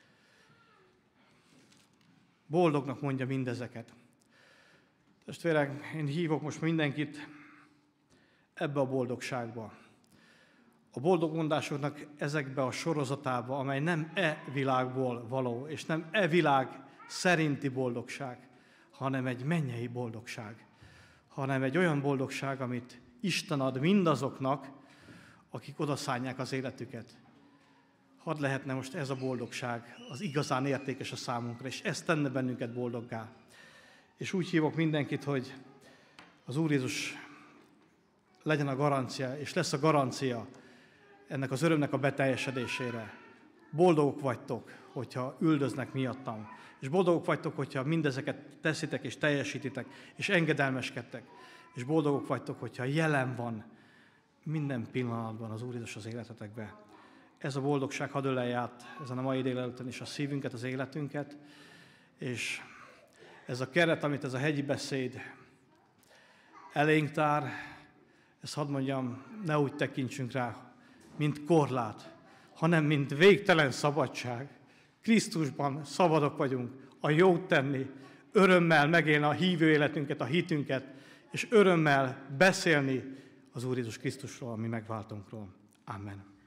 S2: Boldognak mondja mindezeket. Testvérek, én hívok most mindenkit ebbe a boldogságba. A boldogmondásoknak ezekbe a sorozatába, amely nem világból való, és nem világ szerinti boldogság, hanem egy mennyei boldogság, hanem egy olyan boldogság, amit Isten ad mindazoknak, akik odaszánják az életüket. Hadd lehetne most ez a boldogság az igazán értékes a számunkra, és ez tenne bennünket boldoggá. És úgy hívok mindenkit, hogy az Úr Jézus legyen a garancia, és lesz a garancia ennek az örömnek a beteljesedésére. Boldogok vagytok, hogyha üldöznek miattam. És boldogok vagytok, hogyha mindezeket teszitek és teljesítitek, és engedelmeskedtek. És boldogok vagytok, hogyha jelen van minden pillanatban az Úr Jézus az életetekbe. Ez a boldogság hadd ölelje át ezen a mai délelőttön is a szívünket, az életünket, és ez a keret, amit ez a hegyi beszéd elénk tár, ezt hadd mondjam, ne úgy tekintsünk rá, mint korlát, hanem mint végtelen szabadság. Krisztusban szabadok vagyunk a jót tenni, örömmel megélni a hívő életünket, a hitünket, és örömmel beszélni az Úr Jézus Krisztusról, a mi megváltunkról. Amen.